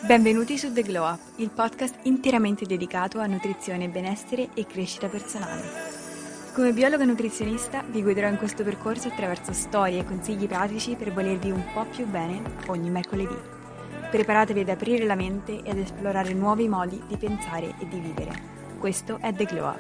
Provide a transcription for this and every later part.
Benvenuti su The Glow Up, il podcast interamente dedicato a nutrizione, benessere e crescita personale. Come biologa nutrizionista vi guiderò in questo percorso attraverso storie e consigli pratici per volervi un po' più bene ogni mercoledì. Preparatevi ad aprire la mente e ad esplorare nuovi modi di pensare e di vivere. Questo è The Glow Up.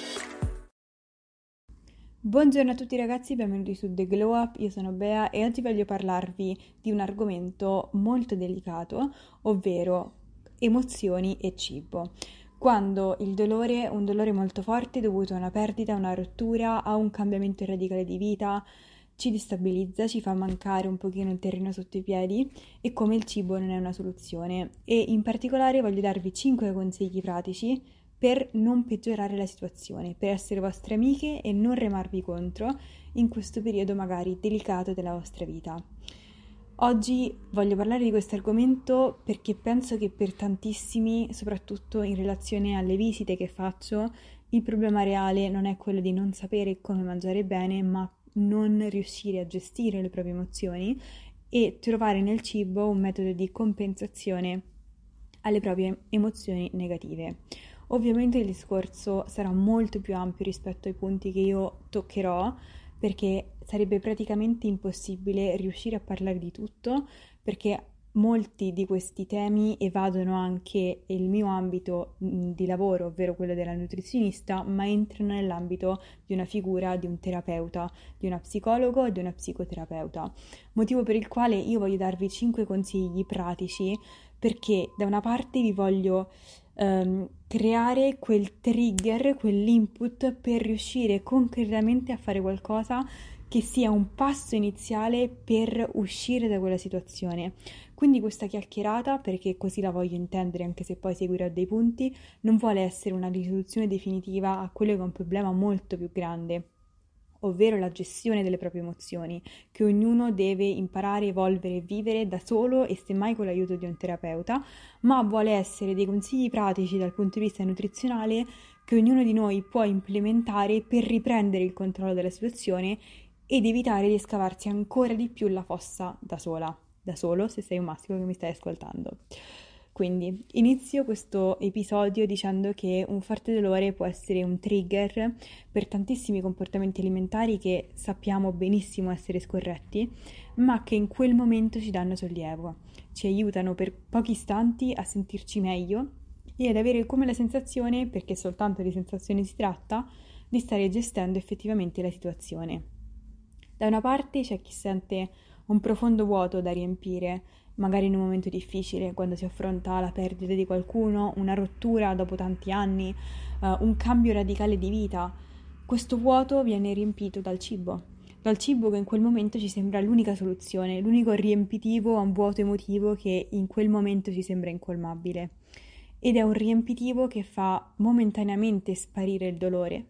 Buongiorno a tutti ragazzi, benvenuti su The Glow Up, io sono Bea e oggi voglio parlarvi di un argomento molto delicato, ovvero emozioni e cibo. Quando il dolore, un dolore molto forte dovuto a una perdita, a una rottura, a un cambiamento radicale di vita, ci destabilizza, ci fa mancare un pochino il terreno sotto i piedi e come il cibo non è una soluzione. E in particolare voglio darvi 5 consigli pratici per non peggiorare la situazione, per essere vostre amiche e non remarvi contro in questo periodo magari delicato della vostra vita. Oggi voglio parlare di questo argomento perché penso che per tantissimi, soprattutto in relazione alle visite che faccio, il problema reale non è quello di non sapere come mangiare bene, ma non riuscire a gestire le proprie emozioni e trovare nel cibo un metodo di compensazione alle proprie emozioni negative. Ovviamente il discorso sarà molto più ampio rispetto ai punti che io toccherò, perché sarebbe praticamente impossibile riuscire a parlare di tutto, perché molti di questi temi evadono anche il mio ambito di lavoro, ovvero quello della nutrizionista, ma entrano nell'ambito di una figura di un terapeuta, di una psicologo e di una psicoterapeuta. Motivo per il quale io voglio darvi 5 consigli pratici, perché da una parte vi voglio creare quel trigger, quell'input per riuscire concretamente a fare qualcosa che sia un passo iniziale per uscire da quella situazione. Quindi questa chiacchierata, perché così la voglio intendere, anche se poi seguirò dei punti, non vuole essere una risoluzione definitiva a quello che è un problema molto più grande, ovvero la gestione delle proprie emozioni, che ognuno deve imparare, evolvere e vivere da solo e semmai con l'aiuto di un terapeuta, ma vuole essere dei consigli pratici dal punto di vista nutrizionale che ognuno di noi può implementare per riprendere il controllo della situazione ed evitare di scavarsi ancora di più la fossa da sola, da solo se sei un maschio che mi stai ascoltando. Quindi inizio questo episodio dicendo che un forte dolore può essere un trigger per tantissimi comportamenti alimentari che sappiamo benissimo essere scorretti, ma che in quel momento ci danno sollievo, ci aiutano per pochi istanti a sentirci meglio e ad avere come la sensazione, perché soltanto di sensazione si tratta, di stare gestendo effettivamente la situazione. Da una parte c'è chi sente un profondo vuoto da riempire, magari in un momento difficile, quando si affronta la perdita di qualcuno, una rottura dopo tanti anni, un cambio radicale di vita. Questo vuoto viene riempito dal cibo che in quel momento ci sembra l'unica soluzione, l'unico riempitivo a un vuoto emotivo che in quel momento ci sembra incolmabile. Ed è un riempitivo che fa momentaneamente sparire il dolore,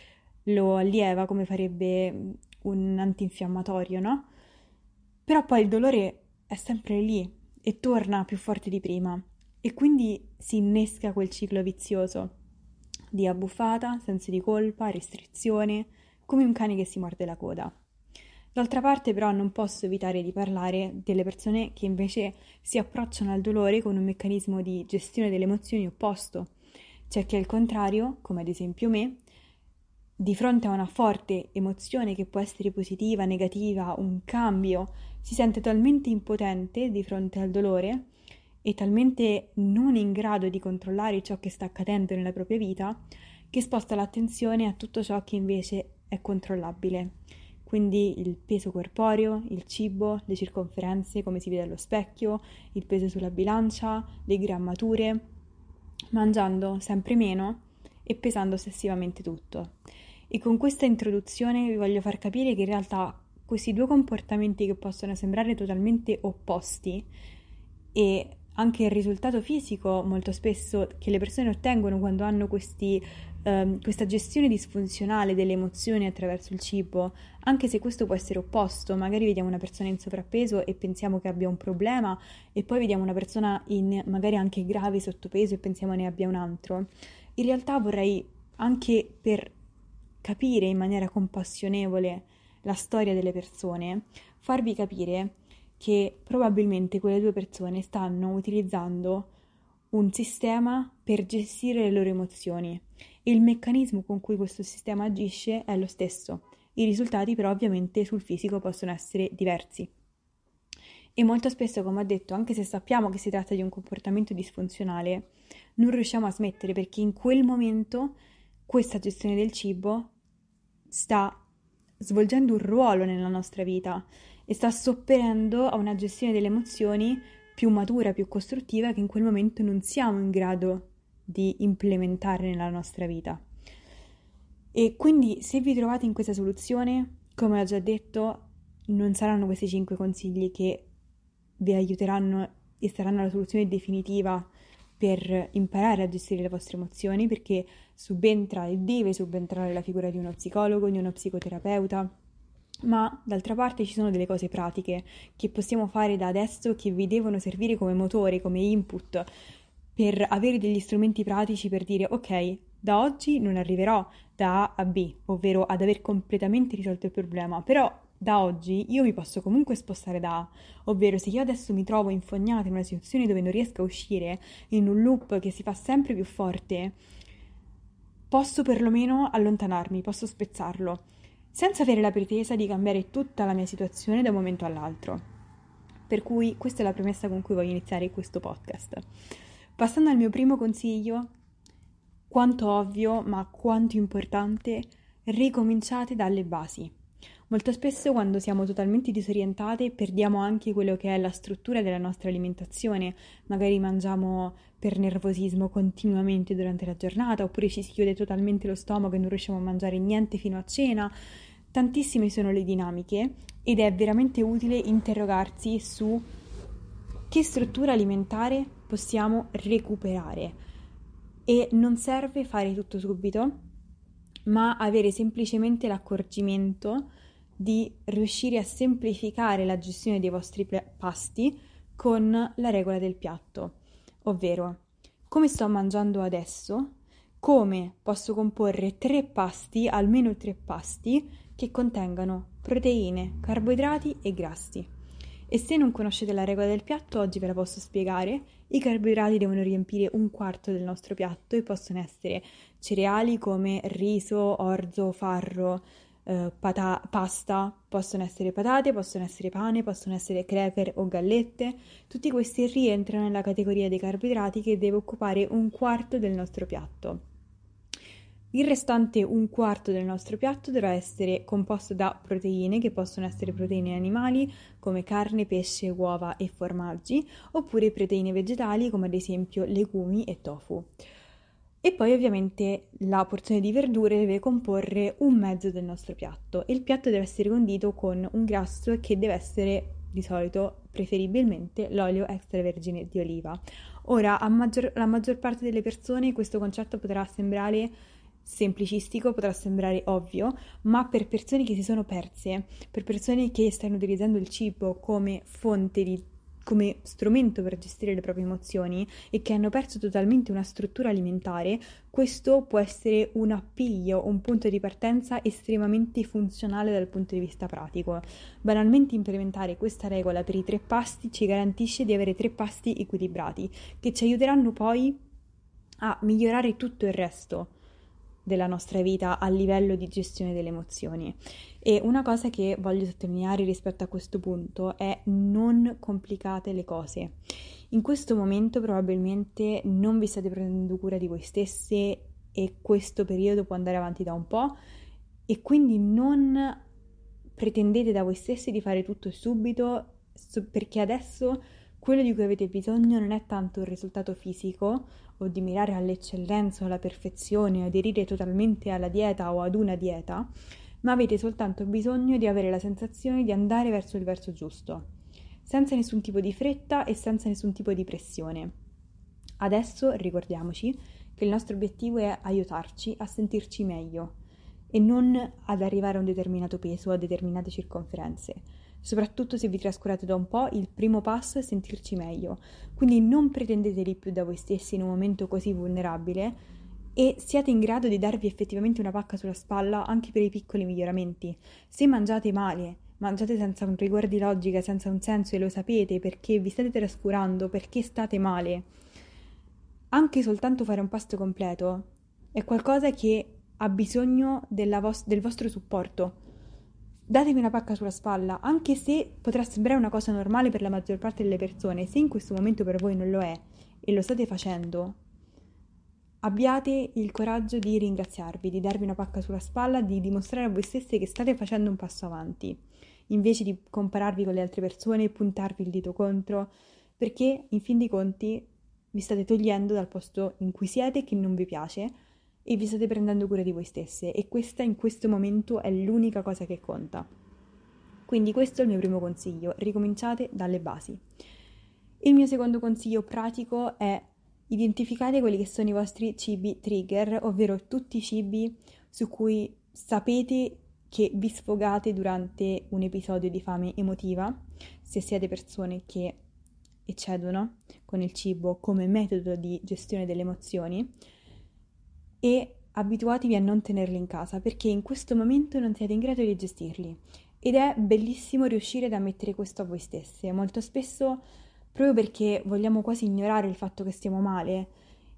lo allieva come farebbe un antinfiammatorio, no? Però poi il dolore è sempre lì e torna più forte di prima e quindi si innesca quel ciclo vizioso di abbuffata, senso di colpa, restrizione, come un cane che si morde la coda. D'altra parte però non posso evitare di parlare delle persone che invece si approcciano al dolore con un meccanismo di gestione delle emozioni opposto. C'è chi al contrario, come ad esempio me, di fronte a una forte emozione che può essere positiva, negativa, un cambio, si sente talmente impotente di fronte al dolore e talmente non in grado di controllare ciò che sta accadendo nella propria vita che sposta l'attenzione a tutto ciò che invece è controllabile. Quindi il peso corporeo, il cibo, le circonferenze, come si vede allo specchio, il peso sulla bilancia, le grammature, mangiando sempre meno e pesando ossessivamente tutto. E con questa introduzione vi voglio far capire che in realtà questi due comportamenti che possono sembrare totalmente opposti e anche il risultato fisico molto spesso che le persone ottengono quando hanno questa gestione disfunzionale delle emozioni attraverso il cibo, anche se questo può essere opposto, magari vediamo una persona in sovrappeso e pensiamo che abbia un problema e poi vediamo una persona in magari anche grave sottopeso e pensiamo ne abbia un altro. In realtà vorrei anche per capire in maniera compassionevole la storia delle persone, farvi capire che probabilmente quelle due persone stanno utilizzando un sistema per gestire le loro emozioni e il meccanismo con cui questo sistema agisce è lo stesso. I risultati però ovviamente sul fisico possono essere diversi. E molto spesso, come ho detto, anche se sappiamo che si tratta di un comportamento disfunzionale, non riusciamo a smettere perché in quel momento questa gestione del cibo sta svolgendo un ruolo nella nostra vita e sta sopperendo a una gestione delle emozioni più matura, più costruttiva che in quel momento non siamo in grado di implementare nella nostra vita. E quindi se vi trovate in questa soluzione, come ho già detto, non saranno questi 5 consigli che vi aiuteranno e saranno la soluzione definitiva per imparare a gestire le vostre emozioni, perché subentra e deve subentrare la figura di uno psicologo, di uno psicoterapeuta, ma d'altra parte ci sono delle cose pratiche che possiamo fare da adesso che vi devono servire come motore, come input, per avere degli strumenti pratici per dire ok, da oggi non arriverò da A a B, ovvero ad aver completamente risolto il problema, però da oggi io mi posso comunque spostare da A, ovvero se io adesso mi trovo infognata in una situazione dove non riesco a uscire, in un loop che si fa sempre più forte, posso perlomeno allontanarmi, posso spezzarlo, senza avere la pretesa di cambiare tutta la mia situazione da un momento all'altro. Per cui questa è la premessa con cui voglio iniziare questo podcast. Passando al mio primo consiglio, quanto ovvio ma quanto importante, ricominciate dalle basi. Molto spesso quando siamo totalmente disorientate perdiamo anche quello che è la struttura della nostra alimentazione, magari mangiamo per nervosismo continuamente durante la giornata oppure ci si chiude totalmente lo stomaco e non riusciamo a mangiare niente fino a cena. Tantissime sono le dinamiche ed è veramente utile interrogarsi su che struttura alimentare possiamo recuperare. E non serve fare tutto subito, ma avere semplicemente l'accorgimento di riuscire a semplificare la gestione dei vostri pasti con la regola del piatto, ovvero come sto mangiando adesso, come posso comporre 3 pasti, almeno 3 pasti, che contengano proteine, carboidrati e grassi. E se non conoscete la regola del piatto, oggi ve la posso spiegare. I carboidrati devono riempire un quarto del nostro piatto e possono essere cereali come riso, orzo, farro, pasta, possono essere patate, possono essere pane, possono essere crepe o gallette. Tutti questi rientrano nella categoria dei carboidrati che deve occupare un quarto del nostro piatto. Il restante un quarto del nostro piatto dovrà essere composto da proteine, che possono essere proteine animali come carne, pesce, uova e formaggi, oppure proteine vegetali come ad esempio legumi e tofu. E poi ovviamente la porzione di verdure deve comporre un mezzo del nostro piatto e il piatto deve essere condito con un grasso che deve essere di solito, preferibilmente, l'olio extravergine di oliva. Ora, alla maggior parte delle persone questo concetto potrà sembrare semplicistico, potrà sembrare ovvio, ma per persone che si sono perse, per persone che stanno utilizzando il cibo come come strumento per gestire le proprie emozioni e che hanno perso totalmente una struttura alimentare, questo può essere un appiglio, un punto di partenza estremamente funzionale dal punto di vista pratico. Banalmente implementare questa regola per i 3 pasti ci garantisce di avere 3 pasti equilibrati, che ci aiuteranno poi a migliorare tutto il resto della nostra vita a livello di gestione delle emozioni. E una cosa che voglio sottolineare rispetto a questo punto è non complicate le cose. In questo momento probabilmente non vi state prendendo cura di voi stesse e questo periodo può andare avanti da un po' e quindi non pretendete da voi stessi di fare tutto subito perché adesso quello di cui avete bisogno non è tanto il risultato fisico o di mirare all'eccellenza o alla perfezione o aderire totalmente alla dieta o ad una dieta, ma avete soltanto bisogno di avere la sensazione di andare verso il verso giusto, senza nessun tipo di fretta e senza nessun tipo di pressione. Adesso ricordiamoci che il nostro obiettivo è aiutarci a sentirci meglio e non ad arrivare a un determinato peso o a determinate circonferenze. Soprattutto se vi trascurate da un po', il primo passo è sentirci meglio. Quindi non pretendete di più da voi stessi in un momento così vulnerabile e siate in grado di darvi effettivamente una pacca sulla spalla anche per i piccoli miglioramenti. Se mangiate male, mangiate senza un rigore di logica, senza un senso e lo sapete perché vi state trascurando, perché state male, anche soltanto fare un pasto completo è qualcosa che ha bisogno del vostro supporto. Datevi una pacca sulla spalla, anche se potrà sembrare una cosa normale per la maggior parte delle persone, se in questo momento per voi non lo è e lo state facendo, abbiate il coraggio di ringraziarvi, di darvi una pacca sulla spalla, di dimostrare a voi stesse che state facendo un passo avanti, invece di compararvi con le altre persone e puntarvi il dito contro, perché in fin dei conti vi state togliendo dal posto in cui siete che non vi piace e vi state prendendo cura di voi stesse e questa in questo momento è l'unica cosa che conta. Quindi questo è il mio primo consiglio, ricominciate dalle basi. Il mio secondo consiglio pratico è identificate quelli che sono i vostri cibi trigger, ovvero tutti i cibi su cui sapete che vi sfogate durante un episodio di fame emotiva, se siete persone che eccedono con il cibo come metodo di gestione delle emozioni, e abituatevi a non tenerli in casa perché in questo momento non siete in grado di gestirli ed è bellissimo riuscire ad ammettere questo a voi stesse. Molto spesso, proprio perché vogliamo quasi ignorare il fatto che stiamo male,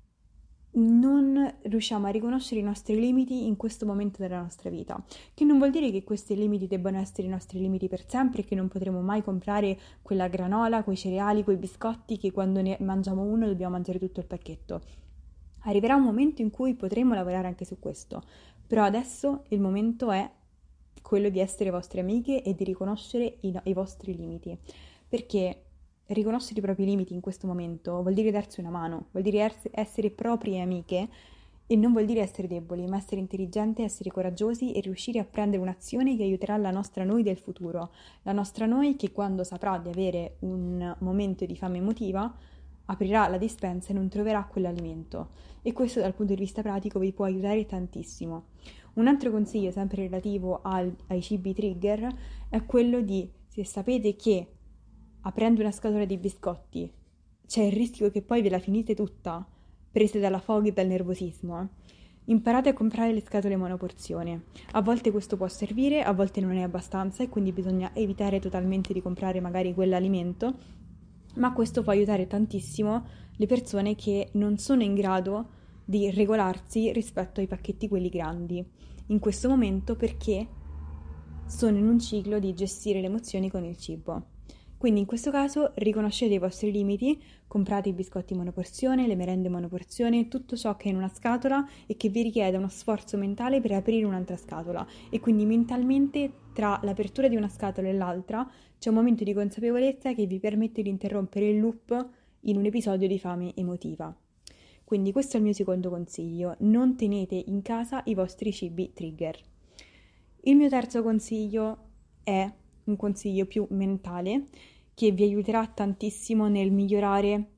non riusciamo a riconoscere i nostri limiti in questo momento della nostra vita, che non vuol dire che questi limiti debbano essere i nostri limiti per sempre e che non potremo mai comprare quella granola, quei cereali, quei biscotti che quando ne mangiamo uno dobbiamo mangiare tutto il pacchetto. Arriverà un momento in cui potremo lavorare anche su questo, però adesso il momento è quello di essere vostre amiche e di riconoscere i vostri limiti, perché riconoscere i propri limiti in questo momento vuol dire darsi una mano, vuol dire essere proprie amiche e non vuol dire essere deboli, ma essere intelligenti, essere coraggiosi e riuscire a prendere un'azione che aiuterà la nostra noi del futuro, la nostra noi che quando saprà di avere un momento di fame emotiva aprirà la dispensa e non troverà quell'alimento e questo dal punto di vista pratico vi può aiutare tantissimo. Un altro consiglio sempre relativo ai cibi trigger è quello di, se sapete che aprendo una scatola di biscotti c'è il rischio che poi ve la finite tutta, prese dalla foga e dal nervosismo, imparate a comprare le scatole monoporzione. A volte questo può servire, a volte non è abbastanza e quindi bisogna evitare totalmente di comprare magari quell'alimento, ma questo può aiutare tantissimo le persone che non sono in grado di regolarsi rispetto ai pacchetti quelli grandi in questo momento perché sono in un ciclo di gestire le emozioni con il cibo. Quindi in questo caso riconoscete i vostri limiti, comprate i biscotti monoporzione, le merende monoporzione, tutto ciò che è in una scatola e che vi richiede uno sforzo mentale per aprire un'altra scatola e quindi mentalmente tra l'apertura di una scatola e l'altra c'è un momento di consapevolezza che vi permette di interrompere il loop in un episodio di fame emotiva. Quindi questo è il mio secondo consiglio, non tenete in casa i vostri cibi trigger. Il mio terzo consiglio è un consiglio più mentale che vi aiuterà tantissimo nel migliorare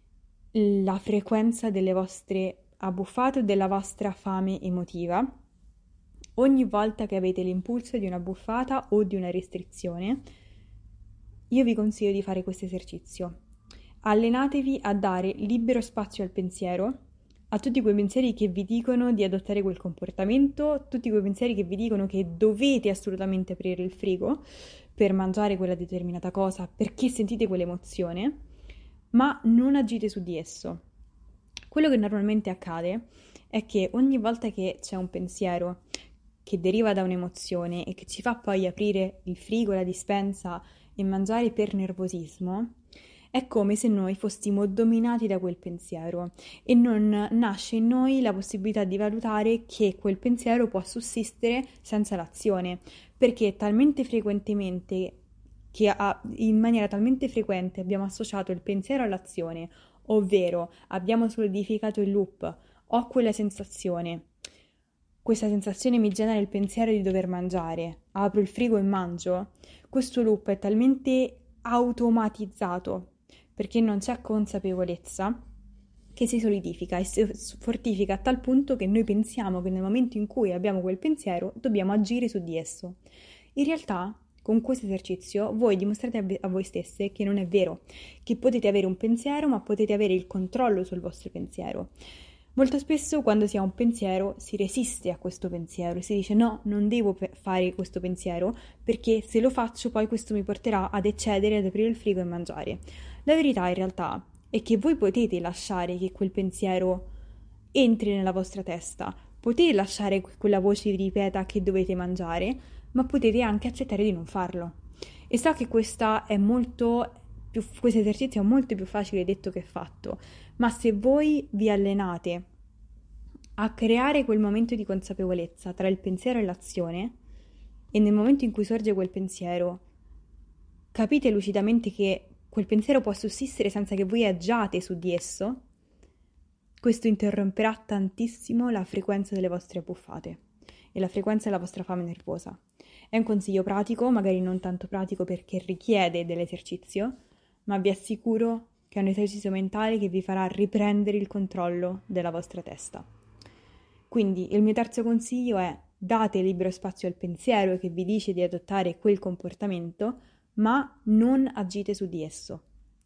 la frequenza delle vostre abbuffate o della vostra fame emotiva. Ogni volta che avete l'impulso di una buffata o di una restrizione, io vi consiglio di fare questo esercizio. Allenatevi a dare libero spazio al pensiero, a tutti quei pensieri che vi dicono di adottare quel comportamento, tutti quei pensieri che vi dicono che dovete assolutamente aprire il frigo per mangiare quella determinata cosa perché sentite quell'emozione, ma non agite su di esso. Quello che normalmente accade è che ogni volta che c'è un pensiero che deriva da un'emozione e che ci fa poi aprire il frigo, la dispensa e mangiare per nervosismo, è come se noi fossimo dominati da quel pensiero e non nasce in noi la possibilità di valutare che quel pensiero può sussistere senza l'azione, perché talmente frequentemente in maniera talmente frequente abbiamo associato il pensiero all'azione, ovvero abbiamo solidificato il loop, ho quella sensazione. Questa sensazione mi genera il pensiero di dover mangiare, apro il frigo e mangio. Questo loop è talmente automatizzato perché non c'è consapevolezza che si solidifica e si fortifica a tal punto che noi pensiamo che nel momento in cui abbiamo quel pensiero dobbiamo agire su di esso. In realtà, con questo esercizio voi dimostrate a voi stesse che non è vero, che potete avere un pensiero ma potete avere il controllo sul vostro pensiero. Molto spesso quando si ha un pensiero si resiste a questo pensiero e si dice no, non devo fare questo pensiero perché se lo faccio poi questo mi porterà ad eccedere, ad aprire il frigo e mangiare. La verità in realtà è che voi potete lasciare che quel pensiero entri nella vostra testa, potete lasciare che quella voce vi ripeta che dovete mangiare, ma potete anche accettare di non farlo. E so che questo esercizio è molto più facile detto che fatto, ma se voi vi allenate a creare quel momento di consapevolezza tra il pensiero e l'azione, e nel momento in cui sorge quel pensiero, capite lucidamente che quel pensiero può sussistere senza che voi agiate su di esso, questo interromperà tantissimo la frequenza delle vostre abbuffate e la frequenza della vostra fame nervosa. È un consiglio pratico, magari non tanto pratico perché richiede dell'esercizio, ma vi assicuro che è un esercizio mentale che vi farà riprendere il controllo della vostra testa. Quindi il mio terzo consiglio è: date libero spazio al pensiero che vi dice di adottare quel comportamento, ma non agite su di esso.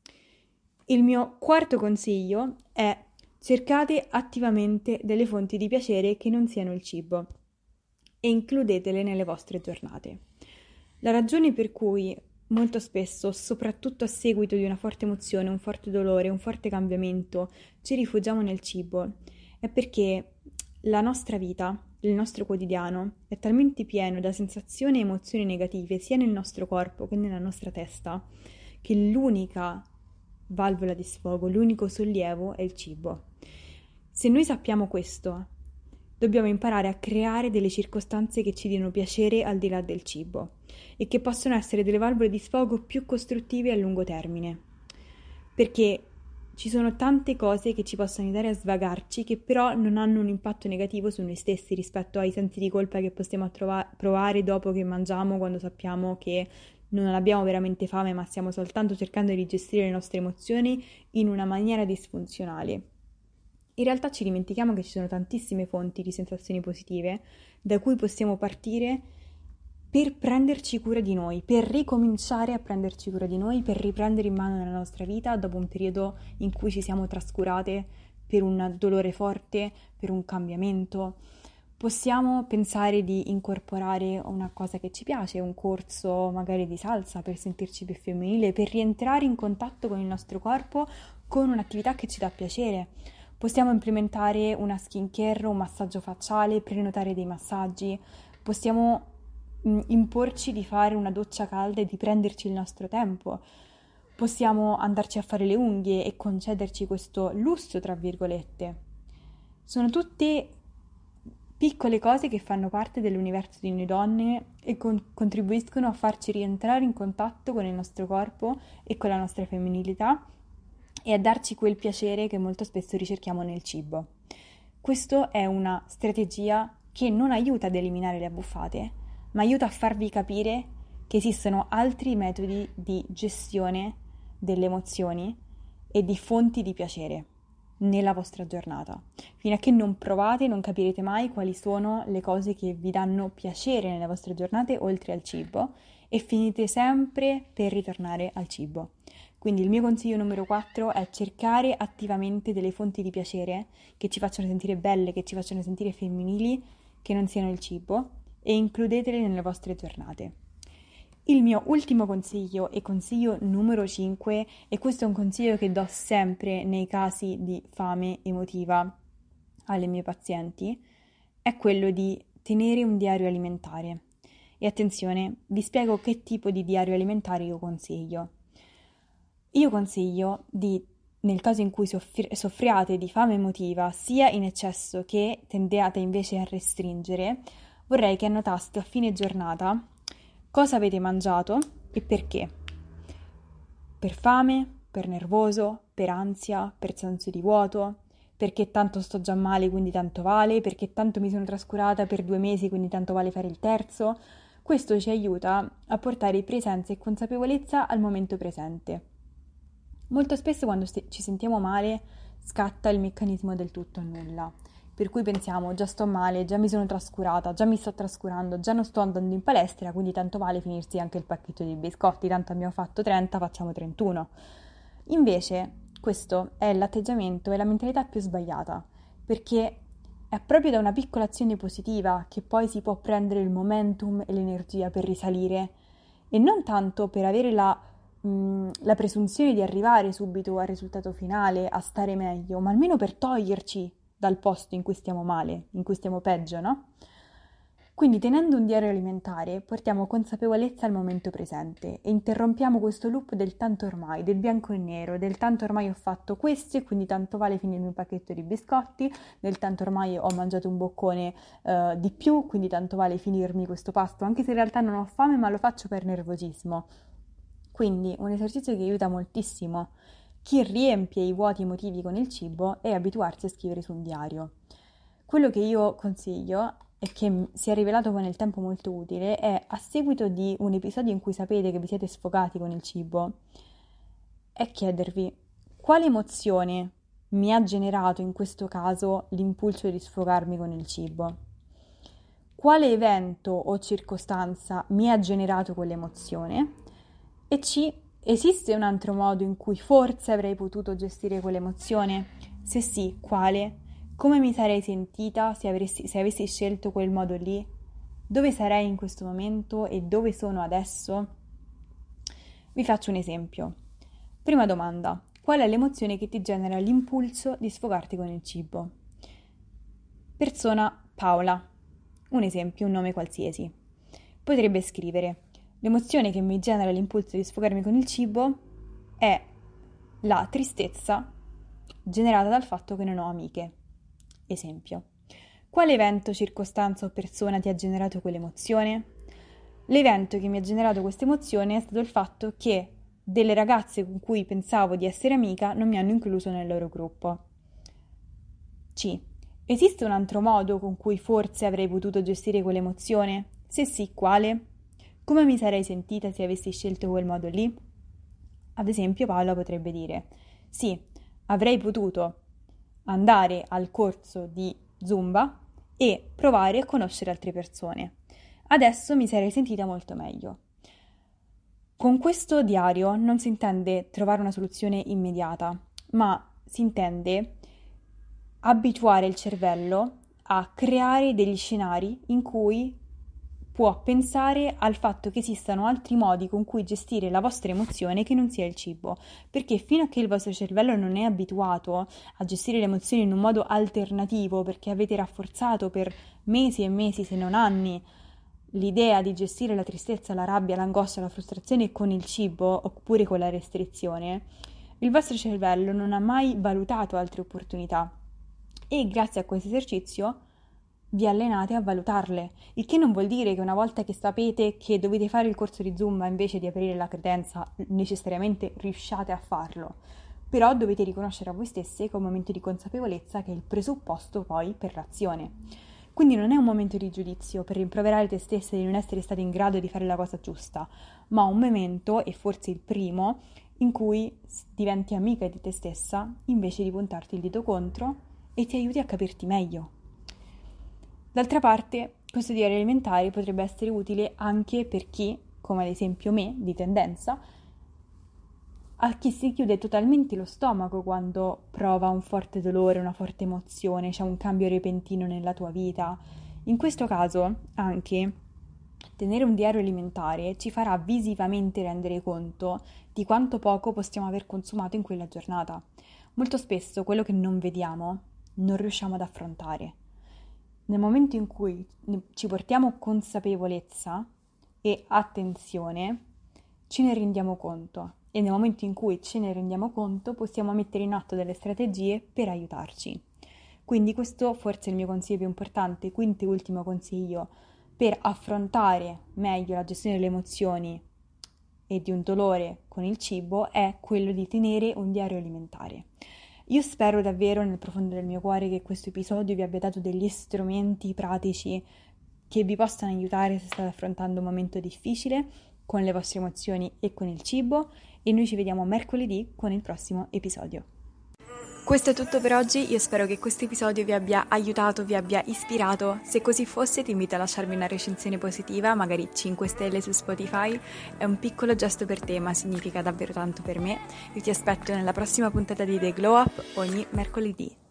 Il mio quarto consiglio è: cercate attivamente delle fonti di piacere che non siano il cibo e includetele nelle vostre giornate. La ragione per cui molto spesso, soprattutto a seguito di una forte emozione, un forte dolore, un forte cambiamento, ci rifugiamo nel cibo è perché la nostra vita, il nostro quotidiano, è talmente pieno da sensazioni e emozioni negative sia nel nostro corpo che nella nostra testa, che l'unica valvola di sfogo, l'unico sollievo è il cibo. Se noi sappiamo questo, dobbiamo imparare a creare delle circostanze che ci diano piacere al di là del cibo e che possono essere delle valvole di sfogo più costruttive a lungo termine. Perché ci sono tante cose che ci possono aiutare a svagarci che però non hanno un impatto negativo su noi stessi rispetto ai sensi di colpa che possiamo provare dopo che mangiamo, quando sappiamo che non abbiamo veramente fame ma stiamo soltanto cercando di gestire le nostre emozioni in una maniera disfunzionale. In realtà ci dimentichiamo che ci sono tantissime fonti di sensazioni positive da cui possiamo partire per prenderci cura di noi, per ricominciare a prenderci cura di noi, per riprendere in mano la nostra vita dopo un periodo in cui ci siamo trascurate per un dolore forte, per un cambiamento. Possiamo pensare di incorporare una cosa che ci piace, un corso magari di salsa per sentirci più femminile, per rientrare in contatto con il nostro corpo con un'attività che ci dà piacere. Possiamo implementare una skincare, un massaggio facciale, prenotare dei massaggi, possiamo imporci di fare una doccia calda e di prenderci il nostro tempo. Possiamo andarci a fare le unghie e concederci questo lusso, tra virgolette. Sono tutte piccole cose che fanno parte dell'universo di noi donne e contribuiscono a farci rientrare in contatto con il nostro corpo e con la nostra femminilità e a darci quel piacere che molto spesso ricerchiamo nel cibo. Questa è una strategia che non aiuta ad eliminare le abbuffate, ma aiuta a farvi capire che esistono altri metodi di gestione delle emozioni e di fonti di piacere nella vostra giornata. Fino a che non provate, non capirete mai quali sono le cose che vi danno piacere nelle vostre giornate oltre al cibo e finite sempre per ritornare al cibo. Quindi il mio consiglio numero 4 è cercare attivamente delle fonti di piacere che ci facciano sentire belle, che ci facciano sentire femminili, che non siano il cibo, e includetele nelle vostre giornate. Il mio ultimo consiglio e consiglio numero 5, e questo è un consiglio che do sempre nei casi di fame emotiva alle mie pazienti, è quello di tenere un diario alimentare. E attenzione, vi spiego che tipo di diario alimentare io consiglio. Io consiglio di, nel caso in cui soffriate di fame emotiva, sia in eccesso che tendiate invece a restringere, vorrei che annotaste a fine giornata cosa avete mangiato e perché. Per fame, per nervoso, per ansia, per senso di vuoto, perché tanto sto già male quindi tanto vale, perché tanto mi sono trascurata per 2 mesi quindi tanto vale fare il terzo. Questo ci aiuta a portare presenza e consapevolezza al momento presente. Molto spesso quando ci sentiamo male scatta il meccanismo del tutto o nulla, per cui pensiamo già sto male, già mi sono trascurata, già mi sto trascurando, già non sto andando in palestra, quindi tanto vale finirsi anche il pacchetto di biscotti, tanto abbiamo fatto 30, facciamo 31. Invece questo è l'atteggiamento e la mentalità più sbagliata, perché è proprio da una piccola azione positiva che poi si può prendere il momentum e l'energia per risalire, e non tanto per avere la presunzione di arrivare subito al risultato finale, a stare meglio, ma almeno per toglierci dal posto in cui stiamo male, in cui stiamo peggio, no? Quindi tenendo un diario alimentare portiamo consapevolezza al momento presente e interrompiamo questo loop del tanto ormai, del bianco e nero, del tanto ormai ho fatto questo e quindi tanto vale finirmi un pacchetto di biscotti, del tanto ormai ho mangiato un boccone di più, quindi tanto vale finirmi questo pasto, anche se in realtà non ho fame ma lo faccio per nervosismo. Quindi un esercizio che aiuta moltissimo chi riempie i vuoti emotivi con il cibo è abituarsi a scrivere su un diario. Quello che io consiglio e che si è rivelato poi nel tempo molto utile è, a seguito di un episodio in cui sapete che vi siete sfogati con il cibo, è chiedervi quale emozione mi ha generato in questo caso l'impulso di sfogarmi con il cibo. Quale evento o circostanza mi ha generato quell'emozione? E C. Esiste un altro modo in cui forse avrei potuto gestire quell'emozione? Se sì, quale? Come mi sarei sentita se avessi scelto quel modo lì? Dove sarei in questo momento e dove sono adesso? Vi faccio un esempio. Prima domanda. Qual è l'emozione che ti genera l'impulso di sfogarti con il cibo? Persona Paola. Un esempio, un nome qualsiasi. Potrebbe scrivere: l'emozione che mi genera l'impulso di sfogarmi con il cibo è la tristezza generata dal fatto che non ho amiche. Esempio. Quale evento, circostanza o persona ti ha generato quell'emozione? L'evento che mi ha generato questa emozione è stato il fatto che delle ragazze con cui pensavo di essere amica non mi hanno incluso nel loro gruppo. C. Esiste un altro modo con cui forse avrei potuto gestire quell'emozione? Se sì, quale? Come mi sarei sentita se avessi scelto quel modo lì? Ad esempio, Paola potrebbe dire: sì, avrei potuto andare al corso di Zumba e provare a conoscere altre persone. Adesso mi sarei sentita molto meglio. Con questo diario non si intende trovare una soluzione immediata, ma si intende abituare il cervello a creare degli scenari in cui può pensare al fatto che esistano altri modi con cui gestire la vostra emozione che non sia il cibo, perché fino a che il vostro cervello non è abituato a gestire le emozioni in un modo alternativo, perché avete rafforzato per mesi e mesi, se non anni, l'idea di gestire la tristezza, la rabbia, l'angoscia, la frustrazione con il cibo oppure con la restrizione, il vostro cervello non ha mai valutato altre opportunità e grazie a questo esercizio vi allenate a valutarle, il che non vuol dire che una volta che sapete che dovete fare il corso di Zumba invece di aprire la credenza necessariamente riusciate a farlo, però dovete riconoscere a voi stesse che è un momento di consapevolezza che è il presupposto poi per l'azione. Quindi non è un momento di giudizio per rimproverare te stessa di non essere stata in grado di fare la cosa giusta, ma un momento, e forse il primo, in cui diventi amica di te stessa invece di puntarti il dito contro e ti aiuti a capirti meglio. D'altra parte, questo diario alimentare potrebbe essere utile anche per chi, come ad esempio me, di tendenza, a chi si chiude totalmente lo stomaco quando prova un forte dolore, una forte emozione, c'è un cambio repentino nella tua vita. In questo caso, anche tenere un diario alimentare ci farà visivamente rendere conto di quanto poco possiamo aver consumato in quella giornata. Molto spesso quello che non vediamo non riusciamo ad affrontare. Nel momento in cui ci portiamo consapevolezza e attenzione, ce ne rendiamo conto e nel momento in cui ce ne rendiamo conto possiamo mettere in atto delle strategie per aiutarci. Quindi questo forse è il mio consiglio più importante, quinto e ultimo consiglio per affrontare meglio la gestione delle emozioni e di un dolore con il cibo è quello di tenere un diario alimentare. Io spero davvero nel profondo del mio cuore che questo episodio vi abbia dato degli strumenti pratici che vi possano aiutare se state affrontando un momento difficile con le vostre emozioni e con il cibo, e noi ci vediamo mercoledì con il prossimo episodio. Questo è tutto per oggi, io spero che questo episodio vi abbia aiutato, vi abbia ispirato. Se così fosse ti invito a lasciarmi una recensione positiva, magari 5 stelle su Spotify. È un piccolo gesto per te ma significa davvero tanto per me. Io ti aspetto nella prossima puntata di The Glow Up ogni mercoledì.